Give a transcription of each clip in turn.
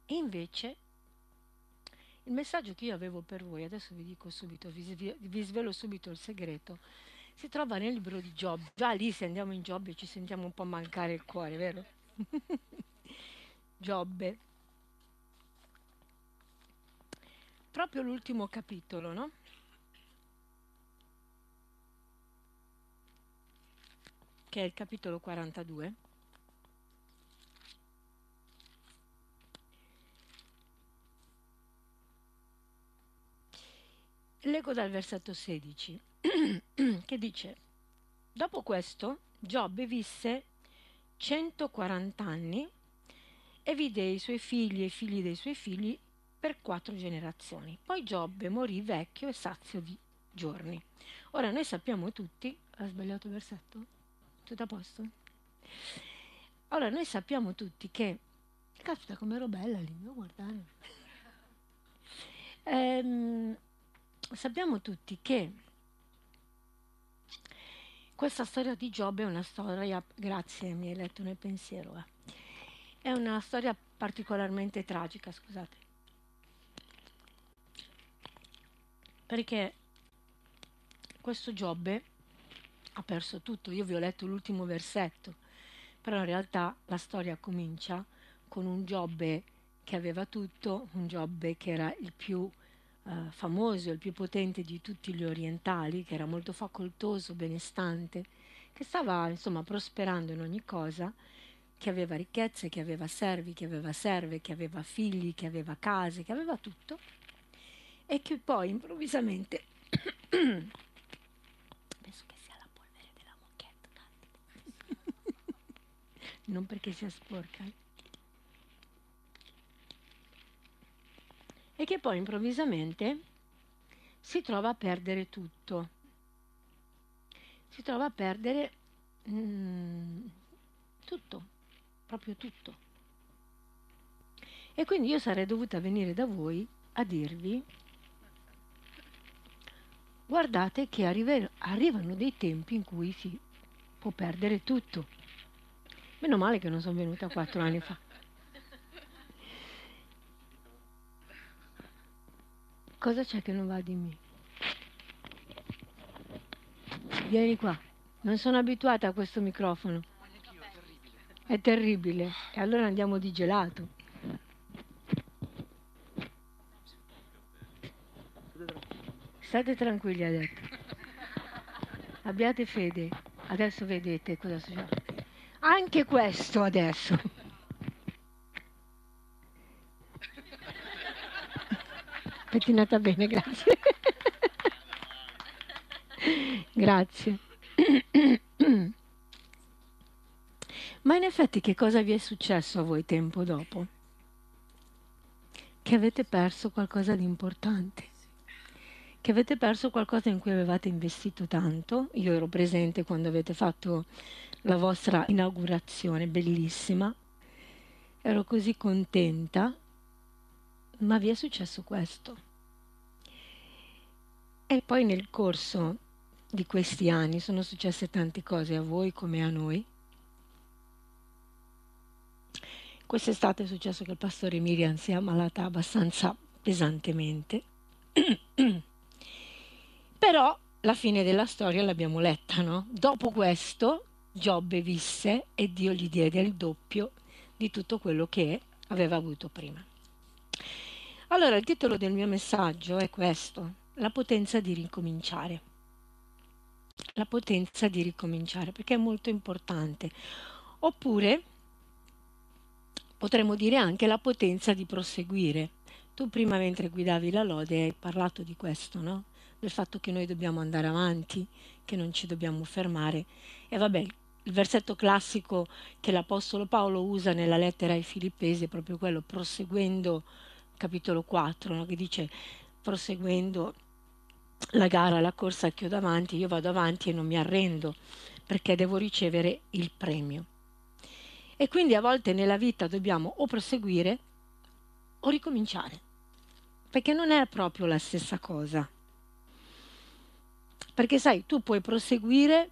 E invece il messaggio che io avevo per voi, adesso vi dico subito, vi svelo subito il segreto, si trova nel libro di Giobbe. Già lì se andiamo in Giobbe ci sentiamo un po' mancare il cuore, vero? Giobbe, proprio l'ultimo capitolo, no? Che è il capitolo 42. Leggo dal versetto 16, che dice: dopo questo Giobbe visse 140 anni e vide i suoi figli e i figli dei suoi figli per 4 generazioni. Poi Giobbe morì vecchio e sazio di giorni. Ora noi sappiamo tutti, ha sbagliato il versetto? Tutto a posto? Allora noi sappiamo tutti che, caspita com'ero bella lì, devo guardare. Ehm, sappiamo tutti che questa storia di Giobbe è una storia, grazie, mi hai letto nel pensiero, è una storia particolarmente tragica, scusate, perché questo Giobbe ha perso tutto. Io vi ho letto l'ultimo versetto, però in realtà la storia comincia con un Giobbe che aveva tutto, un Giobbe che era il più famoso, il più potente di tutti gli orientali, che era molto facoltoso, benestante, che stava insomma prosperando in ogni cosa, che aveva ricchezze, che aveva servi, che aveva serve, che aveva figli, che aveva case, che aveva tutto, e che poi improvvisamente penso che sia la polvere della moquette, non perché sia sporca, e che poi improvvisamente si trova a perdere tutto, si trova a perdere tutto, proprio tutto. E quindi io sarei dovuta venire da voi a dirvi: guardate che arrivano dei tempi in cui si può perdere tutto. Meno male che non sono venuta 4 anni fa. Cosa c'è che non va di me? Vieni qua. Non sono abituata a questo microfono. È terribile. E allora andiamo di gelato. State tranquilli, ha detto. Abbiate fede. Adesso vedete cosa succede. Anche questo adesso. Pettinata bene, grazie. Grazie. Ma in effetti che cosa vi è successo a voi tempo dopo? Che avete perso qualcosa di importante, che avete perso qualcosa in cui avevate investito tanto. Io ero presente quando avete fatto la vostra inaugurazione, bellissima, ero così contenta, ma vi è successo questo. E poi nel corso di questi anni sono successe tante cose a voi come a noi. Quest'estate è successo che il pastore Miriam si è ammalata abbastanza pesantemente, però la fine della storia l'abbiamo letta, no? Dopo questo Giobbe visse e Dio gli diede il doppio di tutto quello che aveva avuto prima. Allora il titolo del mio messaggio è questo: la potenza di ricominciare. La potenza di ricominciare, perché è molto importante. Oppure potremmo dire anche la potenza di proseguire. Tu prima mentre guidavi la lode hai parlato di questo, no? Del fatto che noi dobbiamo andare avanti, che non ci dobbiamo fermare. E vabbè, il versetto classico che l'Apostolo Paolo usa nella lettera ai Filippesi è proprio quello, proseguendo, capitolo 4, no? Che dice, proseguendo la gara, la corsa che ho davanti, io vado avanti e non mi arrendo, perché devo ricevere il premio. E quindi a volte nella vita dobbiamo o proseguire o ricominciare, perché non è proprio la stessa cosa. Perché sai, tu puoi proseguire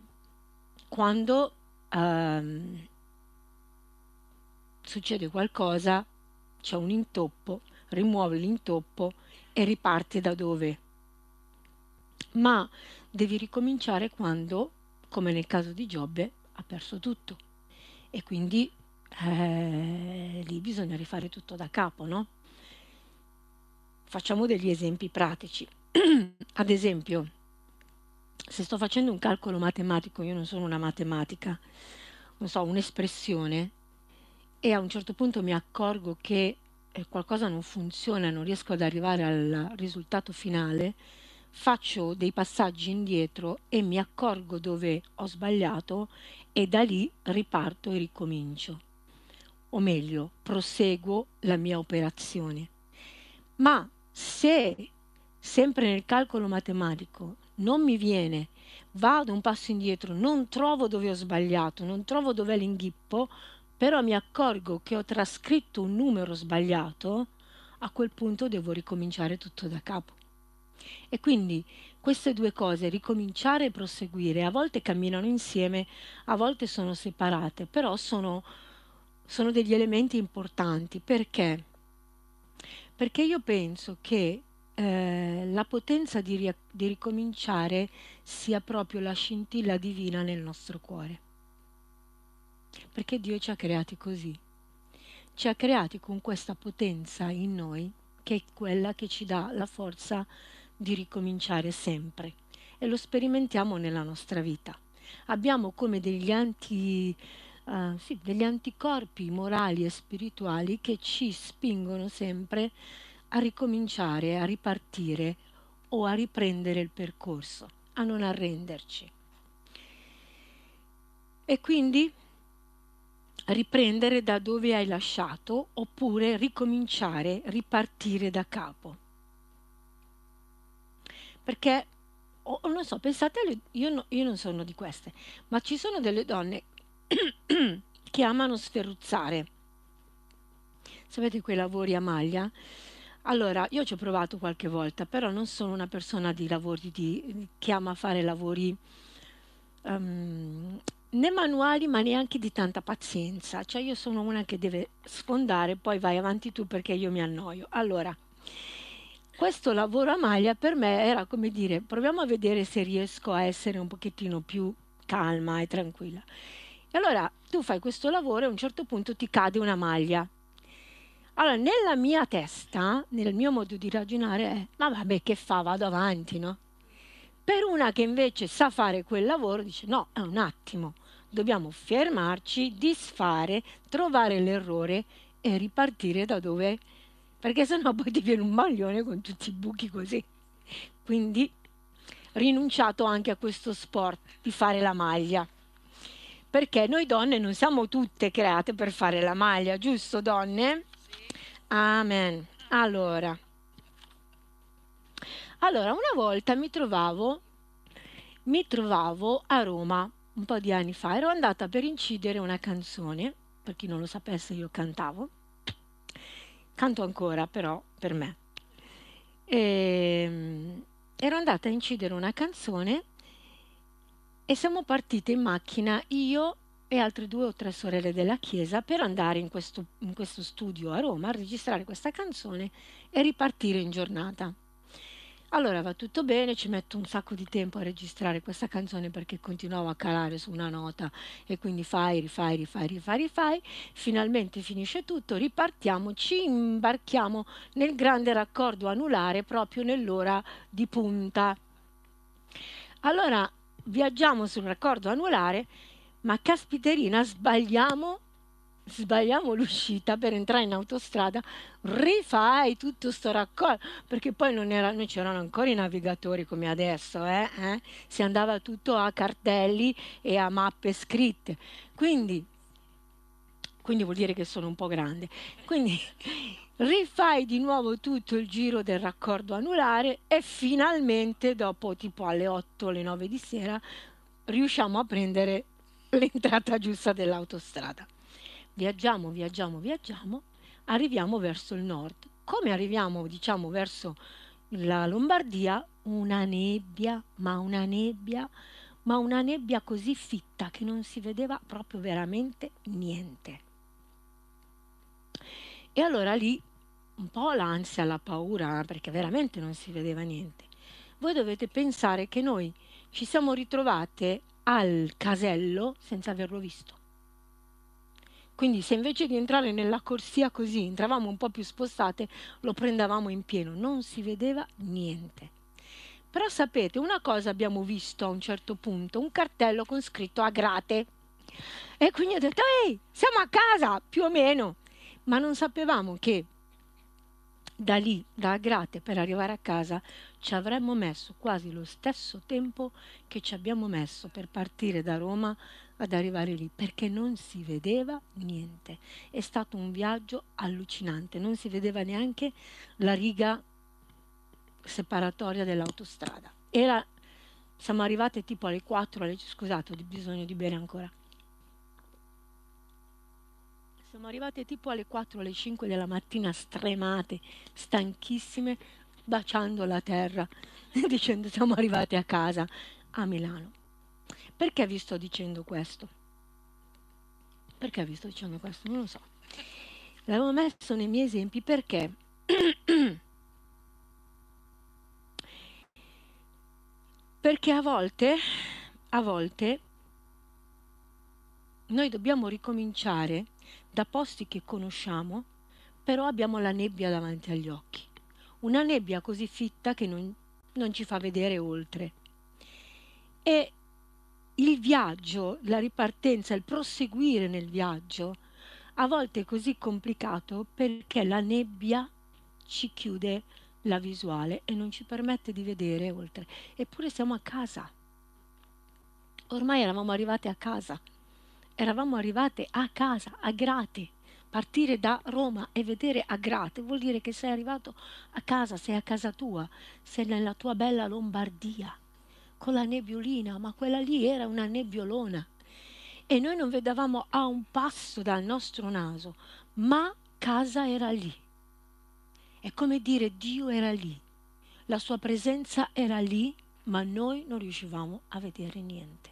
quando succede qualcosa, c'è un intoppo, rimuove l'intoppo e riparte da dove. Ma devi ricominciare quando, come nel caso di Giobbe, ha perso tutto. E quindi lì bisogna rifare tutto da capo, no? Facciamo degli esempi pratici. Ad esempio, se sto facendo un calcolo matematico, io non sono una matematica, non so, un'espressione, e a un certo punto mi accorgo che qualcosa non funziona, non riesco ad arrivare al risultato finale, faccio dei passaggi indietro e mi accorgo dove ho sbagliato e da lì riparto e ricomincio. O meglio, proseguo la mia operazione. Ma se sempre nel calcolo matematico non mi viene, vado un passo indietro, non trovo dove ho sbagliato, non trovo dov'è l'inghippo, però mi accorgo che ho trascritto un numero sbagliato, a quel punto devo ricominciare tutto da capo. E quindi queste due cose, ricominciare e proseguire, a volte camminano insieme, a volte sono separate, però sono degli elementi importanti. Perché? Perché io penso che la potenza di ricominciare sia proprio la scintilla divina nel nostro cuore. Perché Dio ci ha creati così. Ci ha creati con questa potenza in noi, che è quella che ci dà la forza di ricominciare sempre. E lo sperimentiamo nella nostra vita. Abbiamo come degli anticorpi morali e spirituali che ci spingono sempre a ricominciare, a ripartire o a riprendere il percorso, a non arrenderci. E quindi riprendere da dove hai lasciato oppure ricominciare, ripartire da capo. Perché, non so, pensate, io non sono di queste, ma ci sono delle donne che amano sferruzzare. Sapete quei lavori a maglia? Allora, io ci ho provato qualche volta, però non sono una persona di lavori che ama fare lavori né manuali, ma neanche di tanta pazienza. Cioè io sono una che deve sfondare, poi vai avanti tu perché io mi annoio. Allora, questo lavoro a maglia per me era come dire, proviamo a vedere se riesco a essere un pochettino più calma e tranquilla. E allora tu fai questo lavoro e a un certo punto ti cade una maglia. Allora, nella mia testa, nel mio modo di ragionare è, ma vabbè, che fa? Vado avanti, no? Per una che invece sa fare quel lavoro, dice, no, è un attimo, dobbiamo fermarci, disfare, trovare l'errore e ripartire da dove, perché sennò poi ti viene un maglione con tutti i buchi così. Quindi, rinunciato anche a questo sport di fare la maglia. Perché noi donne non siamo tutte create per fare la maglia, giusto donne? Amen. Allora, una volta mi trovavo a Roma un po' di anni fa, ero andata per incidere una canzone, per chi non lo sapesse io cantavo, canto ancora però per me. Ero andata a incidere una canzone e siamo partite in macchina io e altre 2 o 3 sorelle della chiesa per andare in questo studio a Roma a registrare questa canzone e ripartire in giornata. Allora va tutto bene, ci metto un sacco di tempo a registrare questa canzone perché continuavo a calare su una nota e quindi fai, rifai, rifai, rifai, rifai, finalmente finisce tutto, ripartiamo, ci imbarchiamo nel grande raccordo anulare proprio nell'ora di punta. Allora viaggiamo sul raccordo anulare, ma caspiterina, sbagliamo l'uscita per entrare in autostrada, rifai tutto sto raccordo, perché poi non c'erano ancora i navigatori come adesso, si andava tutto a cartelli e a mappe scritte. Quindi vuol dire che sono un po' grande. Quindi rifai di nuovo tutto il giro del raccordo anulare e finalmente dopo tipo alle 8, alle 9 di sera riusciamo a prendere l'entrata giusta dell'autostrada. Viaggiamo, viaggiamo, viaggiamo, arriviamo verso il nord. Come arriviamo, diciamo, verso la Lombardia, una nebbia, ma una nebbia così fitta che non si vedeva proprio veramente niente. E allora lì un po' l'ansia, la paura, perché veramente non si vedeva niente. Voi dovete pensare che noi ci siamo ritrovate al casello senza averlo visto. Quindi se invece di entrare nella corsia così entravamo un po' più spostate, lo prendevamo in pieno, non si vedeva niente. Però sapete, una cosa abbiamo visto a un certo punto, un cartello con scritto Agrate. E quindi ho detto, ehi, siamo a casa, più o meno. Ma non sapevamo che da lì, da Agrate, per arrivare a casa, ci avremmo messo quasi lo stesso tempo che ci abbiamo messo per partire da Roma ad arrivare lì, perché non si vedeva niente. È stato un viaggio allucinante, non si vedeva neanche la riga separatoria dell'autostrada. Siamo arrivate tipo alle 4, scusate, ho bisogno di bere ancora. Siamo arrivate tipo alle 4, alle 5 della mattina, stremate, stanchissime, baciando la terra, dicendo siamo arrivate a casa a Milano. Perché vi sto dicendo questo? Perché vi sto dicendo questo? Non lo so. L'avevo messo nei miei esempi perché perché a volte noi dobbiamo ricominciare da posti che conosciamo, però abbiamo la nebbia davanti agli occhi. Una nebbia così fitta che non ci fa vedere oltre. E il viaggio, la ripartenza, il proseguire nel viaggio, a volte è così complicato perché la nebbia ci chiude la visuale e non ci permette di vedere oltre. Eppure siamo a casa. Ormai eravamo arrivate a casa. Eravamo arrivate a casa, a Grate. Partire da Roma e vedere Agrate vuol dire che sei arrivato a casa, sei a casa tua, sei nella tua bella Lombardia, con la nebbiolina, ma quella lì era una nebbiolona. E noi non vedevamo a un passo dal nostro naso, ma casa era lì. È come dire Dio era lì, la sua presenza era lì, ma noi non riuscivamo a vedere niente.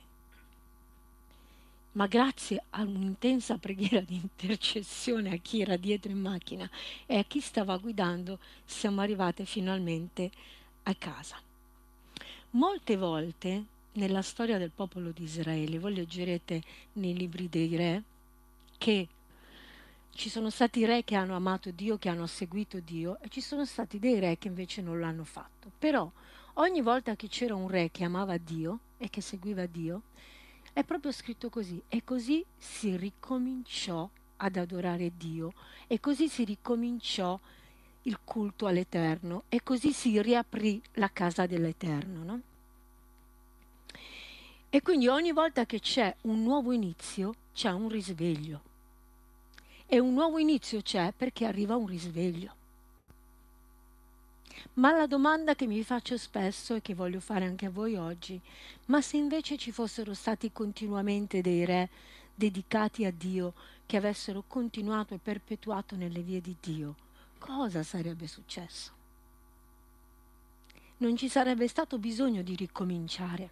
Ma grazie a un'intensa preghiera di intercessione a chi era dietro in macchina e a chi stava guidando, siamo arrivate finalmente a casa. Molte volte nella storia del popolo di Israele, voi leggerete nei libri dei re, che ci sono stati re che hanno amato Dio, che hanno seguito Dio, e ci sono stati dei re che invece non l'hanno fatto. Però ogni volta che c'era un re che amava Dio e che seguiva Dio, è proprio scritto così, e così si ricominciò ad adorare Dio, e così si ricominciò il culto all'Eterno, e così si riaprì la casa dell'Eterno, no? E quindi ogni volta che c'è un nuovo inizio, c'è un risveglio. E un nuovo inizio c'è perché arriva un risveglio. Ma la domanda che mi faccio spesso e che voglio fare anche a voi oggi, ma se invece ci fossero stati continuamente dei re dedicati a Dio, che avessero continuato e perpetuato nelle vie di Dio, cosa sarebbe successo? Non ci sarebbe stato bisogno di ricominciare,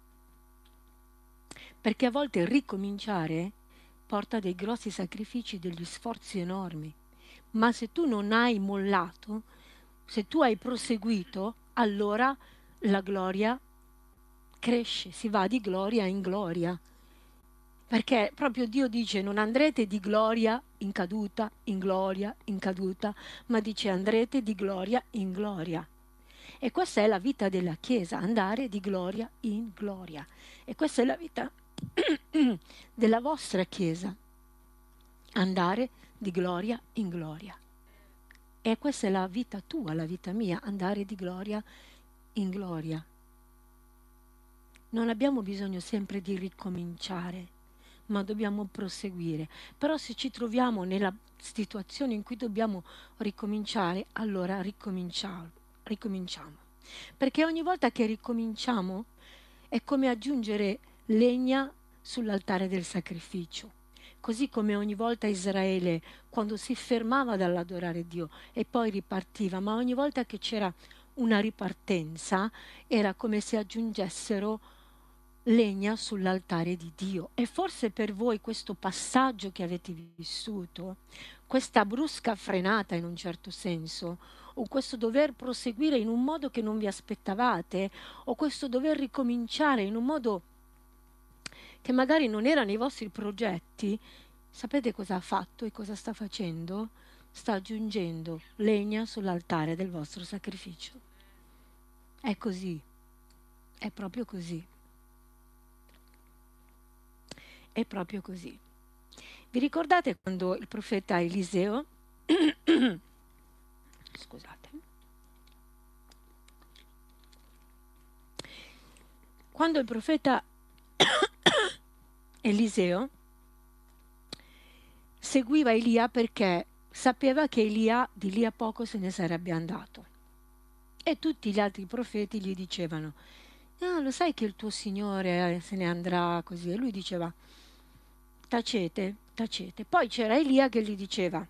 perché a volte ricominciare porta dei grossi sacrifici, degli sforzi enormi, ma se tu non hai mollato, se tu hai proseguito, allora la gloria cresce, si va di gloria in gloria. Perché proprio Dio dice non andrete di gloria in caduta, ma dice andrete di gloria in gloria. E questa è la vita della Chiesa, andare di gloria in gloria. E questa è la vita della vostra Chiesa, andare di gloria in gloria. E questa è la vita tua, la vita mia, andare di gloria in gloria. Non abbiamo bisogno sempre di ricominciare, ma dobbiamo proseguire. Però se ci troviamo nella situazione in cui dobbiamo ricominciare, allora ricominciamo. Perché ogni volta che ricominciamo è come aggiungere legna sull'altare del sacrificio. Così come ogni volta Israele, quando si fermava dall'adorare Dio e poi ripartiva, ma ogni volta che c'era una ripartenza, era come se aggiungessero legna sull'altare di Dio. E forse per voi questo passaggio che avete vissuto, questa brusca frenata in un certo senso, o questo dover proseguire in un modo che non vi aspettavate, o questo dover ricominciare in un modo che magari non era nei vostri progetti, sapete cosa ha fatto e cosa sta facendo? Sta aggiungendo legna sull'altare del vostro sacrificio. È così, è proprio così, è proprio così. Vi ricordate quando il profeta Eliseo, scusate, quando il profeta Eliseo seguiva Elia perché sapeva che Elia di lì a poco se ne sarebbe andato. E tutti gli altri profeti gli dicevano, ah, lo sai che il tuo Signore se ne andrà così? E lui diceva, tacete, tacete. Poi c'era Elia che gli diceva,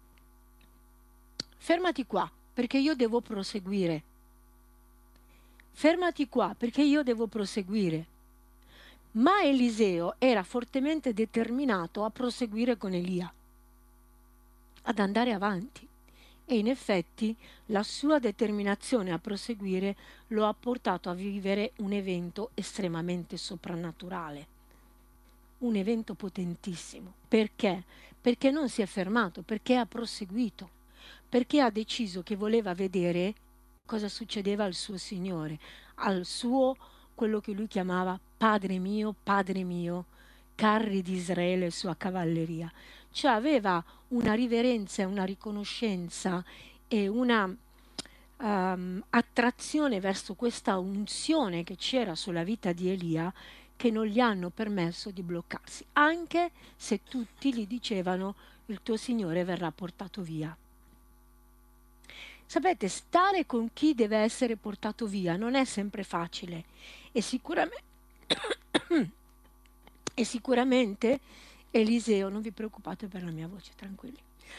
fermati qua, perché io devo proseguire. Fermati qua, perché io devo proseguire. Ma Eliseo era fortemente determinato a proseguire con Elia, ad andare avanti. E in effetti la sua determinazione a proseguire lo ha portato a vivere un evento estremamente soprannaturale, un evento potentissimo. Perché? Perché non si è fermato, perché ha proseguito, perché ha deciso che voleva vedere cosa succedeva al suo Signore, al suo, quello che lui chiamava Padre mio, carri di Israele e sua cavalleria. Cioè aveva una riverenza e una riconoscenza e una attrazione verso questa unzione che c'era sulla vita di Elia che non gli hanno permesso di bloccarsi, anche se tutti gli dicevano il tuo Signore verrà portato via. Sapete, stare con chi deve essere portato via non è sempre facile e sicuramente, e sicuramente Eliseo, non vi preoccupate per la mia voce, tranquilli.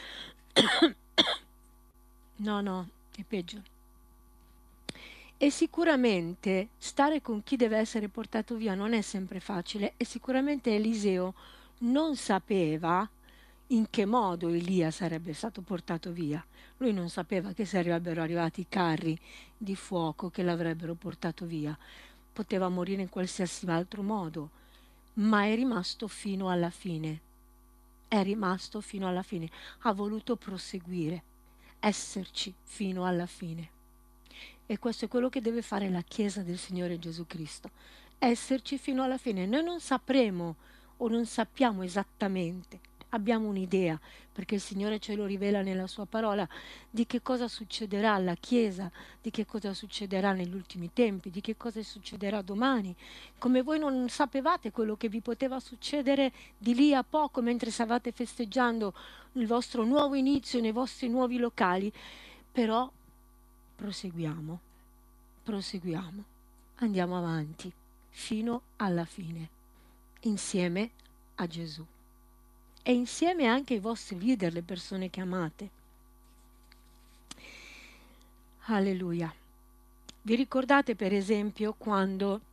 No, no, è peggio. E sicuramente stare con chi deve essere portato via non è sempre facile e sicuramente Eliseo non sapeva in che modo Elia sarebbe stato portato via. Lui non sapeva che sarebbero arrivati i carri di fuoco che l'avrebbero portato via. Poteva morire in qualsiasi altro modo, ma è rimasto fino alla fine. È rimasto fino alla fine. Ha voluto proseguire, esserci fino alla fine. E questo è quello che deve fare la Chiesa del Signore Gesù Cristo, esserci fino alla fine. Noi non sapremo o non sappiamo esattamente, abbiamo un'idea, perché il Signore ce lo rivela nella sua parola, di che cosa succederà alla Chiesa, di che cosa succederà negli ultimi tempi, di che cosa succederà domani. Come voi non sapevate quello che vi poteva succedere di lì a poco mentre stavate festeggiando il vostro nuovo inizio nei vostri nuovi locali, però proseguiamo, proseguiamo, andiamo avanti fino alla fine, insieme a Gesù e insieme anche ai vostri leader, le persone che amate. Alleluia. Vi ricordate per esempio quando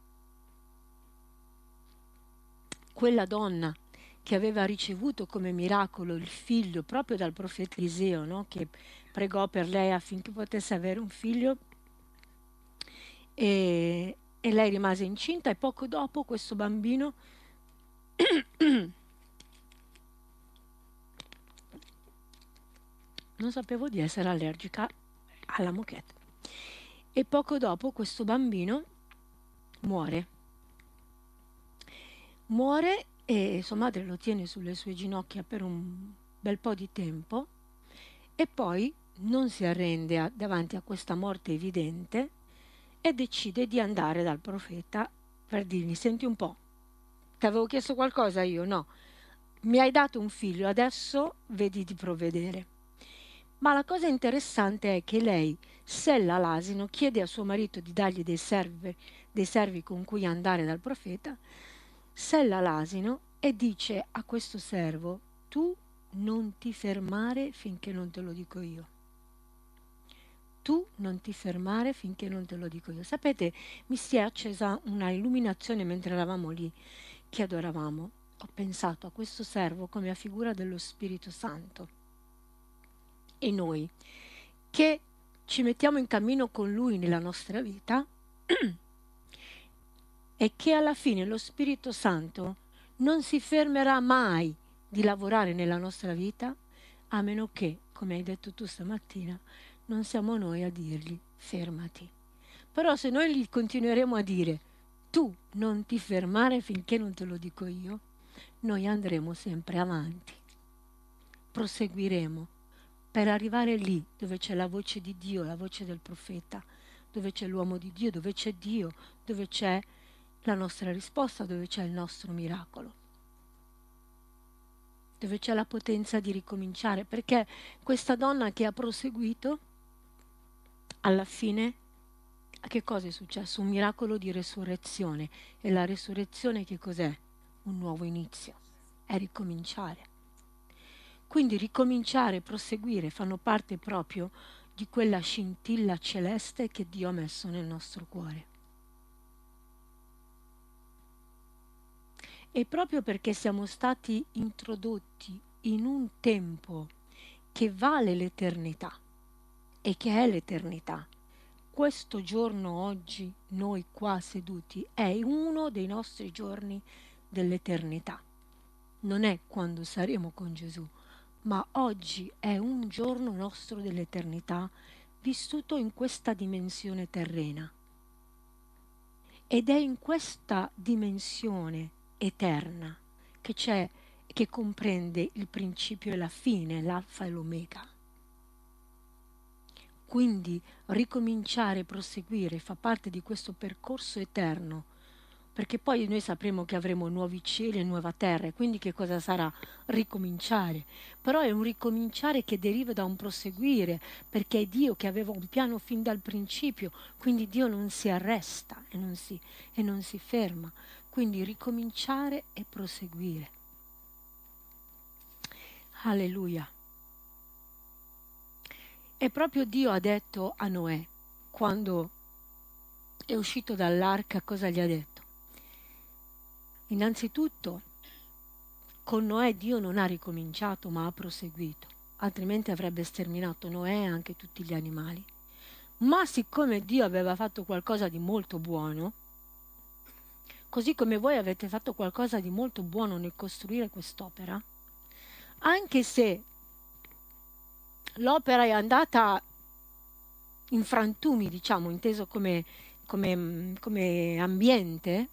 quella donna che aveva ricevuto come miracolo il figlio proprio dal profeta Eliseo, no? Che pregò per lei affinché potesse avere un figlio e lei rimase incinta e poco dopo questo bambino non sapevo di essere allergica alla moquette e poco dopo questo bambino muore e sua madre lo tiene sulle sue ginocchia per un bel po' di tempo e poi non si arrende davanti a questa morte evidente e decide di andare dal profeta per dirgli senti un po', ti avevo chiesto qualcosa io? No, mi hai dato un figlio, adesso vedi di provvedere. Ma la cosa interessante è che lei sella l'asino, chiede a suo marito di dargli dei servi con cui andare dal profeta, sella l'asino e dice a questo servo, tu non ti fermare finché non te lo dico io. tu non ti fermare finché non te lo dico io. Sapete, mi si è accesa una illuminazione mentre eravamo lì che adoravamo. Ho pensato a questo servo come a figura dello Spirito Santo e noi che ci mettiamo in cammino con lui nella nostra vita e che alla fine lo Spirito Santo non si fermerà mai di lavorare nella nostra vita a meno che, come hai detto tu stamattina, non siamo noi a dirgli fermati. Però se noi gli continueremo a dire tu non ti fermare finché non te lo dico io, noi andremo sempre avanti, proseguiremo per arrivare lì dove c'è la voce di Dio, la voce del profeta, dove c'è l'uomo di Dio, dove c'è Dio, dove c'è la nostra risposta, dove c'è il nostro miracolo, dove c'è la potenza di ricominciare, perché questa donna che ha proseguito, alla fine, che cosa è successo? Un miracolo di resurrezione. E la resurrezione che cos'è? Un nuovo inizio, è ricominciare. Quindi ricominciare, proseguire, fanno parte proprio di quella scintilla celeste che Dio ha messo nel nostro cuore. E proprio perché siamo stati introdotti in un tempo che vale l'eternità e che è l'eternità, questo giorno oggi, noi qua seduti, è uno dei nostri giorni dell'eternità. Non è quando saremo con Gesù, ma oggi è un giorno nostro dell'eternità vissuto in questa dimensione terrena. Ed è in questa dimensione eterna che comprende il principio e la fine, l'alfa e l'omega. Quindi ricominciare, proseguire, fa parte di questo percorso eterno, perché poi noi sapremo che avremo nuovi cieli e nuova terra, e quindi che cosa sarà? Ricominciare. Però è un ricominciare che deriva da un proseguire, perché è Dio che aveva un piano fin dal principio, quindi Dio non si arresta e non si ferma. Quindi ricominciare e proseguire. Alleluia. E proprio Dio ha detto a Noè, quando è uscito dall'arca, cosa gli ha detto? Innanzitutto, con Noè Dio non ha ricominciato, ma ha proseguito, altrimenti avrebbe sterminato Noè e anche tutti gli animali. Ma siccome Dio aveva fatto qualcosa di molto buono, così come voi avete fatto qualcosa di molto buono nel costruire quest'opera, anche se l'opera è andata in frantumi, diciamo, inteso come ambiente,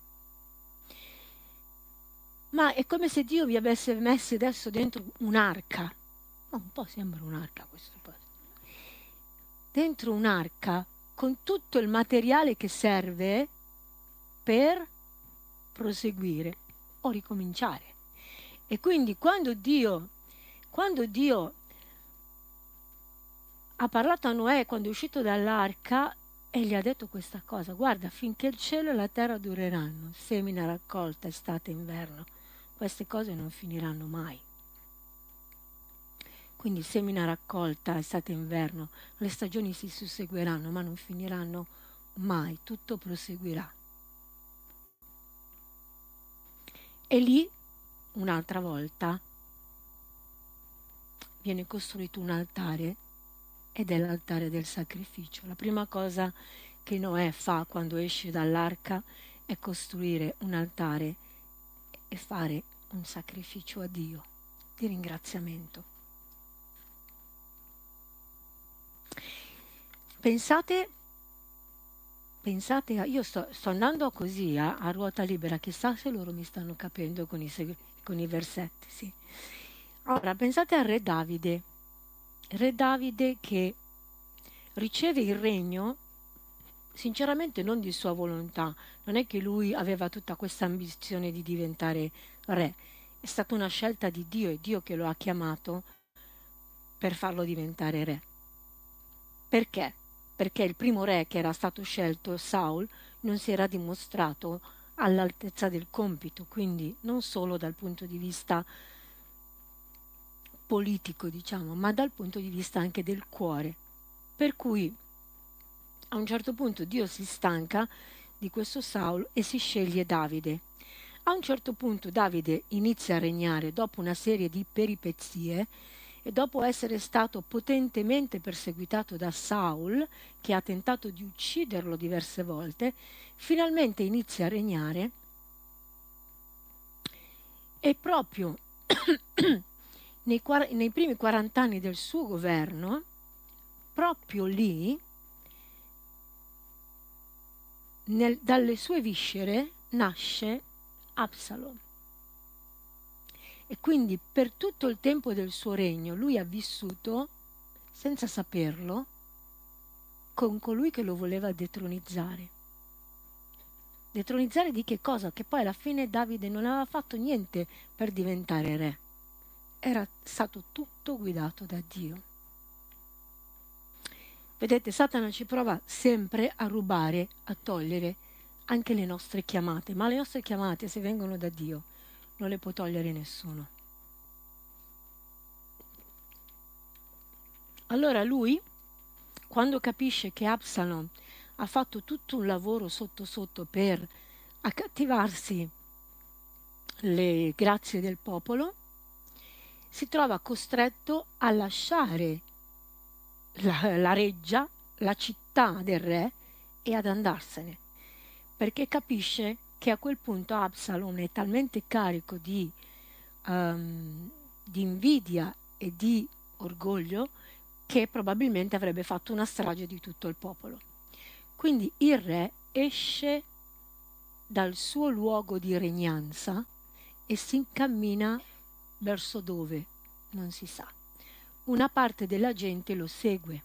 ma è come se Dio vi avesse messi adesso dentro un'arca. Oh, un po' sembra un'arca questo posto. Dentro un'arca con tutto il materiale che serve per proseguire o ricominciare. E quindi quando Dio ha parlato a Noè quando è uscito dall'arca e gli ha detto questa cosa: guarda, finché il cielo e la terra dureranno, semina, raccolta, estate, inverno, queste cose non finiranno mai. Quindi semina, raccolta, estate, inverno, le stagioni si susseguiranno ma non finiranno mai, tutto proseguirà. E lì, un'altra volta, viene costruito un altare, ed è l'altare del sacrificio. La prima cosa che Noè fa quando esce dall'arca è costruire un altare e fare un sacrificio a Dio di ringraziamento. Pensate, io sto andando così a ruota libera, chissà se loro mi stanno capendo con i versetti, sì. Allora, pensate al re Davide che riceve il regno, sinceramente non di sua volontà, non è che lui aveva tutta questa ambizione di diventare re, è stata una scelta di Dio, è Dio che lo ha chiamato per farlo diventare re. Perché? Perché il primo re che era stato scelto, Saul, non si era dimostrato all'altezza del compito, quindi non solo dal punto di vista politico, diciamo, ma dal punto di vista anche del cuore. Per cui A un certo punto Dio si stanca di questo Saul e si sceglie Davide. A un certo punto Davide inizia a regnare dopo una serie di peripezie e dopo essere stato potentemente perseguitato da Saul, che ha tentato di ucciderlo diverse volte, finalmente inizia a regnare e proprio nei primi 40 anni del suo governo, proprio lì, dalle sue viscere nasce Absalom. E quindi per tutto il tempo del suo regno lui ha vissuto, senza saperlo, con colui che lo voleva detronizzare. Detronizzare di che cosa? Che poi alla fine Davide non aveva fatto niente per diventare re. Era stato tutto guidato da Dio. Vedete, Satana ci prova sempre a rubare, a togliere anche le nostre chiamate, ma le nostre chiamate, se vengono da Dio, non le può togliere nessuno. Allora lui, quando capisce che Absalom ha fatto tutto un lavoro sotto sotto per accattivarsi le grazie del popolo, si trova costretto a lasciare la reggia, la città del re, e ad andarsene, perché capisce che a quel punto Absalom è talmente carico di invidia e di orgoglio che probabilmente avrebbe fatto una strage di tutto il popolo. Quindi il re esce dal suo luogo di regnanza e si incammina verso dove? Non si sa. Una parte della gente lo segue.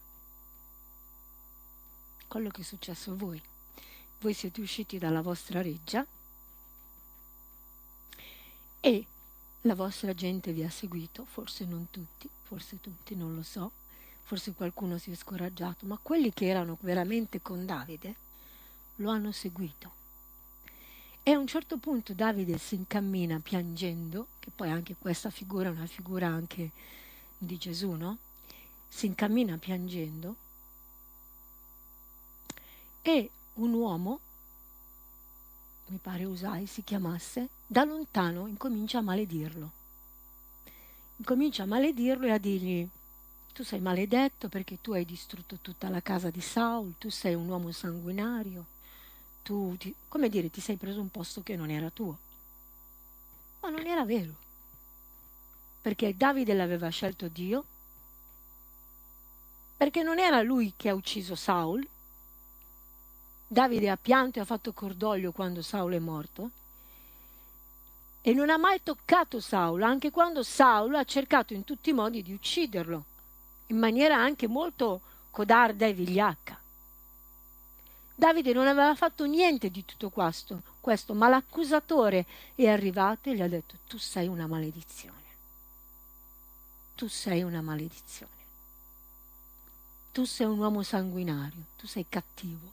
Quello che è successo a voi. Voi siete usciti dalla vostra reggia e la vostra gente vi ha seguito, forse non tutti, forse tutti, non lo so, forse qualcuno si è scoraggiato, ma quelli che erano veramente con Davide lo hanno seguito. E a un certo punto Davide si incammina piangendo, che poi anche questa figura è una figura anche di Gesù, no? Si incammina piangendo e un uomo, mi pare Usai si chiamasse, da lontano incomincia a maledirlo. Incomincia a maledirlo e a dirgli: tu sei maledetto perché tu hai distrutto tutta la casa di Saul, tu sei un uomo sanguinario, come dire, ti sei preso un posto che non era tuo. Ma non era vero, perché Davide l'aveva scelto Dio, perché non era lui che ha ucciso Saul. Davide ha pianto e ha fatto cordoglio quando Saul è morto e non ha mai toccato Saul, anche quando Saul ha cercato in tutti i modi di ucciderlo, in maniera anche molto codarda e vigliacca. Davide non aveva fatto niente di tutto questo, ma l'accusatore è arrivato e gli ha detto: tu sei una maledizione, tu sei una maledizione, tu sei un uomo sanguinario, tu sei cattivo.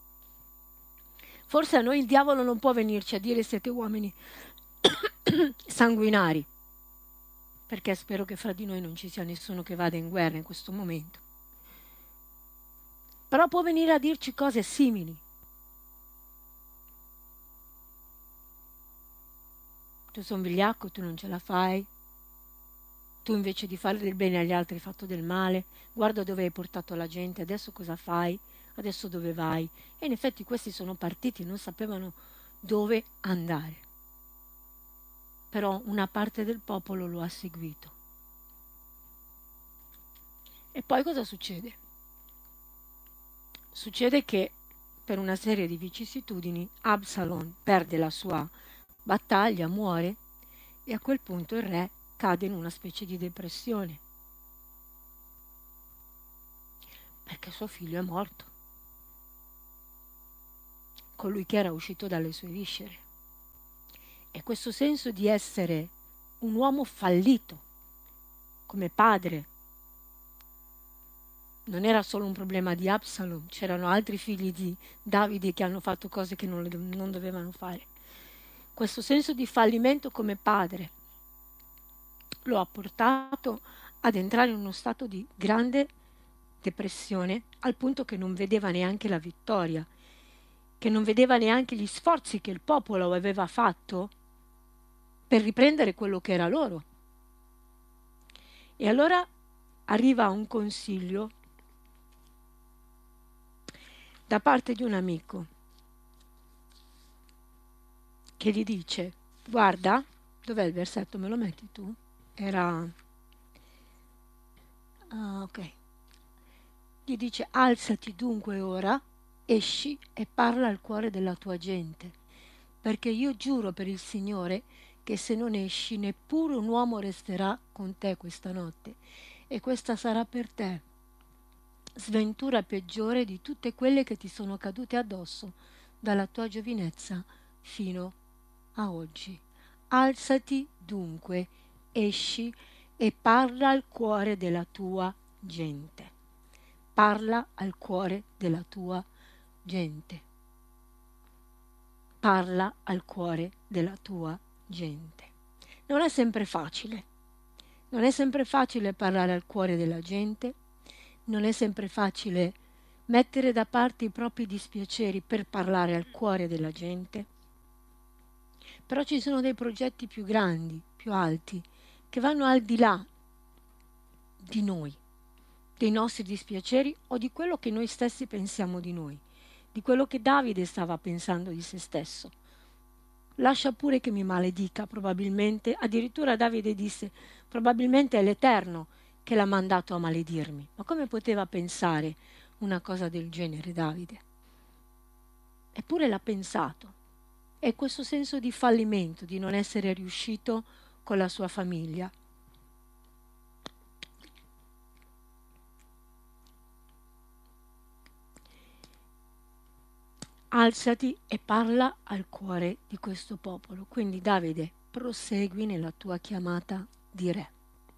Forse a noi il diavolo non può venirci a dire siete uomini sanguinari, perché spero che fra di noi non ci sia nessuno che vada in guerra in questo momento. Però può venire a dirci cose simili. Tu sei un vigliacco, tu non ce la fai, tu invece di fare del bene agli altri hai fatto del male, guarda dove hai portato la gente, adesso cosa fai, adesso dove vai? E in effetti questi sono partiti, non sapevano dove andare. Però una parte del popolo lo ha seguito. E poi cosa succede? Succede che per una serie di vicissitudini Absalom perde la sua battaglia, muore, e a quel punto il re cade in una specie di depressione, perché suo figlio è morto, colui che era uscito dalle sue viscere. E questo senso di essere un uomo fallito come padre non era solo un problema di Absalom, c'erano altri figli di Davide che hanno fatto cose che non dovevano fare. Questo senso di fallimento come padre lo ha portato ad entrare in uno stato di grande depressione, al punto che non vedeva neanche la vittoria, che non vedeva neanche gli sforzi che il popolo aveva fatto per riprendere quello che era loro. E allora arriva un consiglio da parte di un amico che gli dice: guarda, dov'è il versetto? Me lo metti tu? Era... Ah, ok. Gli dice: alzati dunque ora, esci e parla al cuore della tua gente, perché io giuro per il Signore che se non esci neppure un uomo resterà con te questa notte, e questa sarà per te sventura peggiore di tutte quelle che ti sono cadute addosso dalla tua giovinezza fino a oggi. Alzati dunque, esci e parla al cuore della tua gente. Parla al cuore della tua gente. Parla al cuore della tua gente. Non è sempre facile. Non è sempre facile parlare al cuore della gente. Non è sempre facile mettere da parte i propri dispiaceri per parlare al cuore della gente. Però ci sono dei progetti più grandi, più alti, che vanno al di là di noi, dei nostri dispiaceri o di quello che noi stessi pensiamo di noi, di quello che Davide stava pensando di se stesso. Lascia pure che mi maledica, probabilmente, addirittura Davide disse, probabilmente è l'Eterno che l'ha mandato a maledirmi. Ma come poteva pensare una cosa del genere Davide? Eppure l'ha pensato. E questo senso di fallimento, di non essere riuscito con la sua famiglia. Alzati e parla al cuore di questo popolo. Quindi Davide, prosegui nella tua chiamata di re.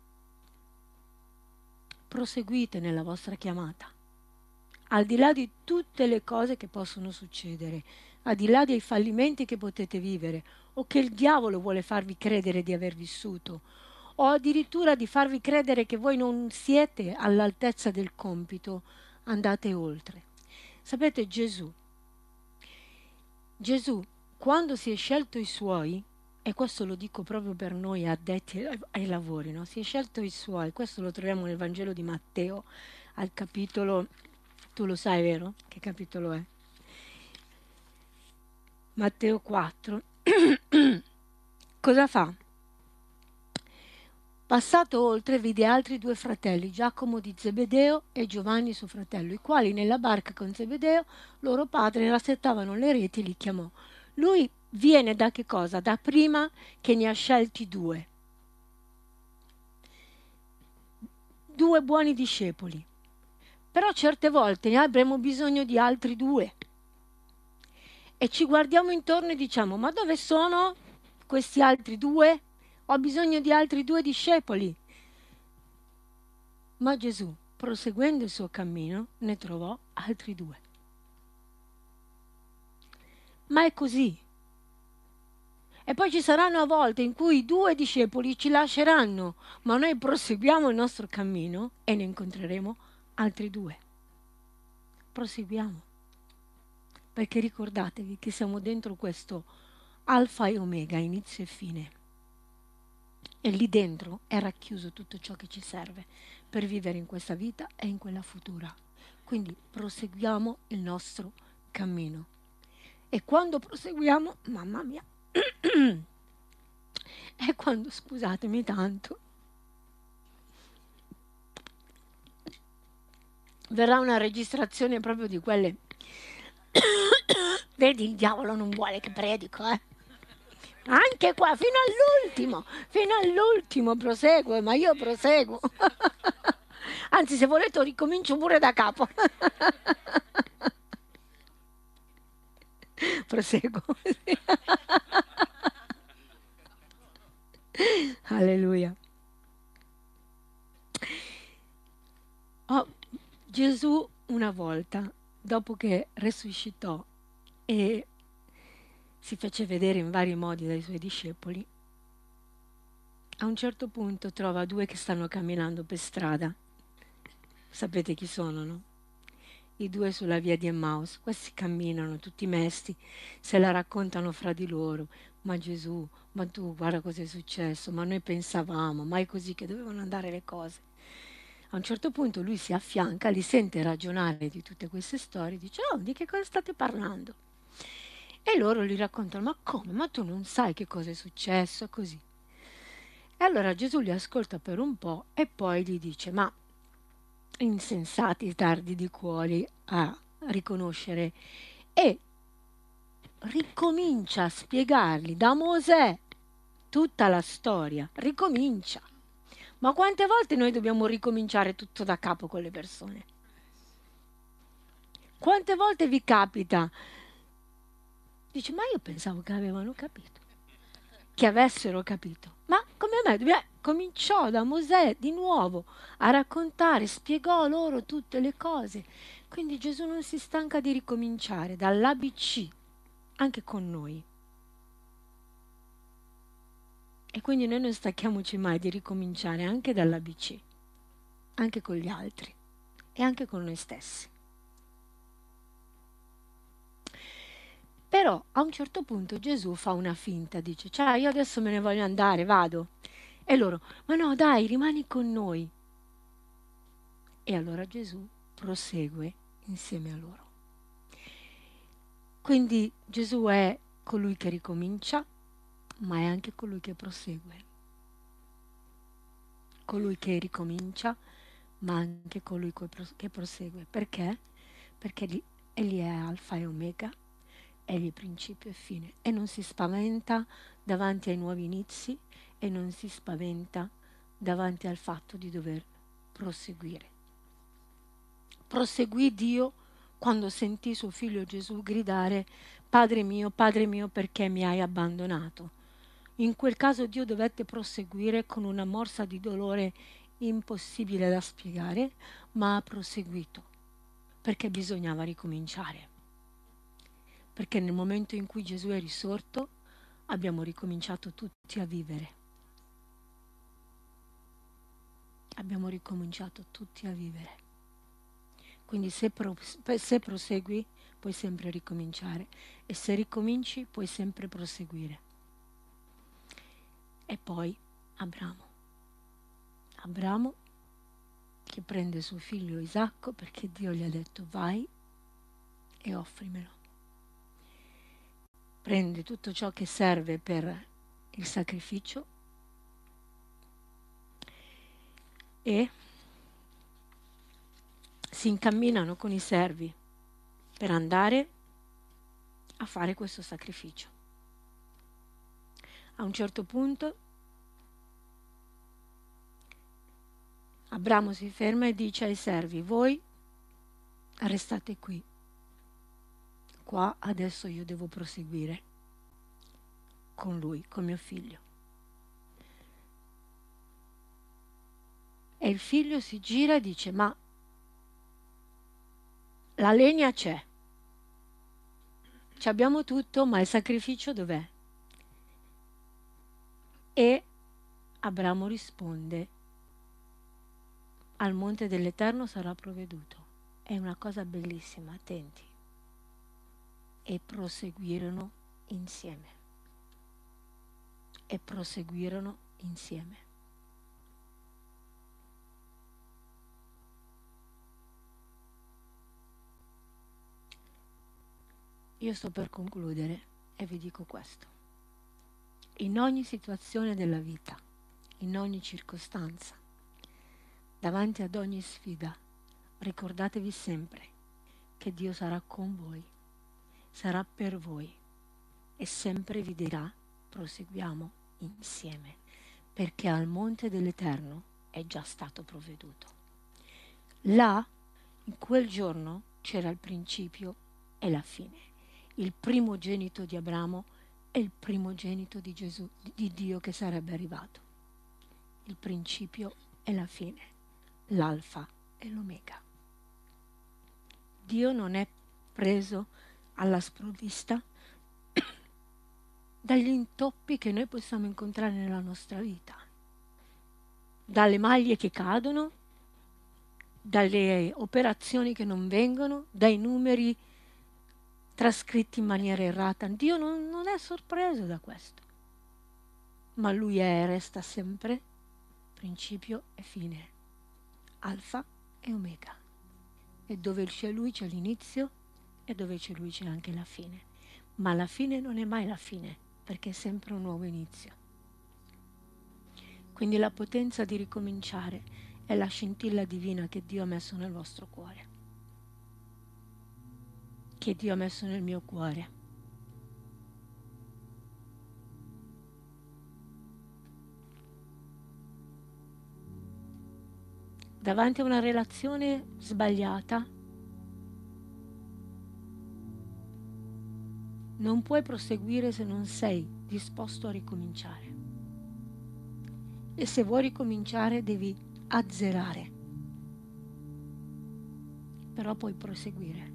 Proseguite nella vostra chiamata. Al di là di tutte le cose che possono succedere, al di là dei fallimenti che potete vivere o che il diavolo vuole farvi credere di aver vissuto, o addirittura di farvi credere che voi non siete all'altezza del compito, andate oltre. Sapete, Gesù, quando si è scelto i suoi, e questo lo dico proprio per noi addetti ai lavori, no? Si è scelto i suoi, questo lo troviamo nel Vangelo di Matteo, al capitolo, tu lo sai, vero? Che capitolo è? Matteo 4. Cosa fa? Passato oltre vide altri due fratelli, Giacomo di Zebedeo e Giovanni suo fratello, i quali nella barca con Zebedeo, loro padre, rassettavano le reti e li chiamò. Lui viene da che cosa? Da prima che ne ha scelti due. Due buoni discepoli. Però certe volte ne avremo bisogno di altri due. E ci guardiamo intorno e diciamo: ma dove sono questi altri due? Ho bisogno di altri due discepoli. Ma Gesù, proseguendo il suo cammino, ne trovò altri due. Ma è così. E poi ci saranno volte in cui due discepoli ci lasceranno, ma noi proseguiamo il nostro cammino e ne incontreremo altri due. Proseguiamo. Perché ricordatevi che siamo dentro questo alfa e omega, inizio e fine. E lì dentro è racchiuso tutto ciò che ci serve per vivere in questa vita e in quella futura. Quindi proseguiamo il nostro cammino. E quando proseguiamo, mamma mia, è quando, scusatemi tanto, verrà una registrazione proprio di quelle. Vedi, il diavolo non vuole che predico, eh? Anche qua, fino all'ultimo proseguo, ma io proseguo. Anzi, se volete ricomincio pure da capo. Proseguo. Alleluia. Oh, Gesù una volta, dopo che risuscitò e si fece vedere in vari modi dai suoi discepoli, a un certo punto trova due che stanno camminando per strada Sapete chi sono, no? I due sulla via di Emmaus. Questi camminano tutti mesti, se la raccontano fra di loro. Ma Gesù, ma tu guarda cosa è successo, ma noi pensavamo, ma è così che dovevano andare le cose. A un certo punto lui si affianca, li sente ragionare di tutte queste storie, dice: "Oh, di che cosa state parlando?" E loro gli raccontano: "Ma come? Ma tu non sai che cosa è successo?" Così. E allora Gesù li ascolta per un po' e poi gli dice: "Ma insensati tardi di cuori a riconoscere", e ricomincia a spiegargli da Mosè tutta la storia, ricomincia. Ma quante volte noi dobbiamo ricominciare tutto da capo con le persone? Quante volte vi capita? Dice, ma io pensavo che avevano capito, che avessero capito. Ma come me? Cominciò da Mosè di nuovo a raccontare, spiegò loro tutte le cose. Quindi Gesù non si stanca di ricominciare dall'ABC, anche con noi. E quindi noi non stacchiamoci mai di ricominciare anche dall'ABC, anche con gli altri e anche con noi stessi. Però a un certo punto Gesù fa una finta, dice, ciao, io adesso me ne voglio andare, vado. E loro, ma no, dai, rimani con noi. E allora Gesù prosegue insieme a loro. Quindi Gesù è colui che ricomincia, ma è anche colui che prosegue. Colui che ricomincia, ma anche colui che prosegue. Perché? Perché egli è alfa e omega, egli è principio e fine, e non si spaventa davanti ai nuovi inizi e non si spaventa davanti al fatto di dover proseguire. Proseguì Dio quando sentì suo figlio Gesù gridare: Padre mio, perché mi hai abbandonato? In quel caso Dio dovette proseguire con una morsa di dolore impossibile da spiegare, ma ha proseguito perché bisognava ricominciare. Perché nel momento in cui Gesù è risorto, abbiamo ricominciato tutti a vivere. Abbiamo ricominciato tutti a vivere. Quindi se prosegui, puoi sempre ricominciare. E se ricominci, puoi sempre proseguire. E poi Abramo. Abramo che prende suo figlio Isacco perché Dio gli ha detto vai e offrimelo. Prende tutto ciò che serve per il sacrificio e si incamminano con i servi per andare a fare questo sacrificio. A un certo punto Abramo si ferma e dice ai servi: voi restate qui, qua adesso io devo proseguire con lui, con mio figlio. E il figlio si gira e dice: ma la legna c'è, ci abbiamo tutto, ma il sacrificio dov'è? E Abramo risponde: al monte dell'Eterno sarà provveduto. È una cosa bellissima, attenti. E proseguirono insieme. E proseguirono insieme. Io sto per concludere e vi dico questo. In ogni situazione della vita, in ogni circostanza, davanti ad ogni sfida, ricordatevi sempre che Dio sarà con voi, sarà per voi e sempre vi dirà: proseguiamo insieme, perché al monte dell'Eterno è già stato provveduto. Là, in quel giorno, c'era il principio e la fine, il primogenito di Abramo e il primogenito di Gesù, di Dio che sarebbe arrivato. Il principio e la fine, l'alfa e l'omega. Dio non è preso alla sprovvista dagli intoppi che noi possiamo incontrare nella nostra vita, dalle maglie che cadono, dalle operazioni che non vengono, dai numeri trascritti in maniera errata. Dio non è sorpreso da questo, ma Lui è e resta sempre principio e fine, alfa e omega. E dove c'è Lui c'è l'inizio e dove c'è Lui c'è anche la fine. Ma la fine non è mai la fine, perché è sempre un nuovo inizio. Quindi la potenza di ricominciare è la scintilla divina che Dio ha messo nel vostro cuore, che Dio ha messo nel mio cuore. Davanti a una relazione sbagliata non puoi proseguire se non sei disposto a ricominciare. E se vuoi ricominciare devi azzerare, però puoi proseguire.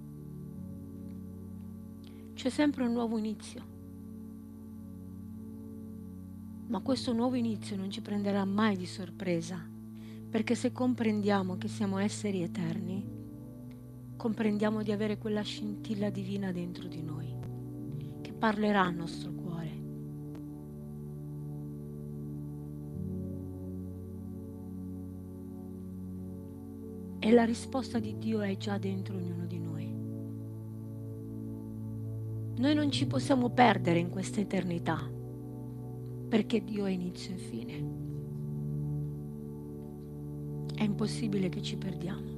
C'è sempre un nuovo inizio, ma questo nuovo inizio non ci prenderà mai di sorpresa, perché se comprendiamo che siamo esseri eterni, comprendiamo di avere quella scintilla divina dentro di noi, che parlerà al nostro cuore. E la risposta di Dio è già dentro ognuno di noi. Noi non ci possiamo perdere in questa eternità, perché Dio è inizio e fine. È impossibile che ci perdiamo.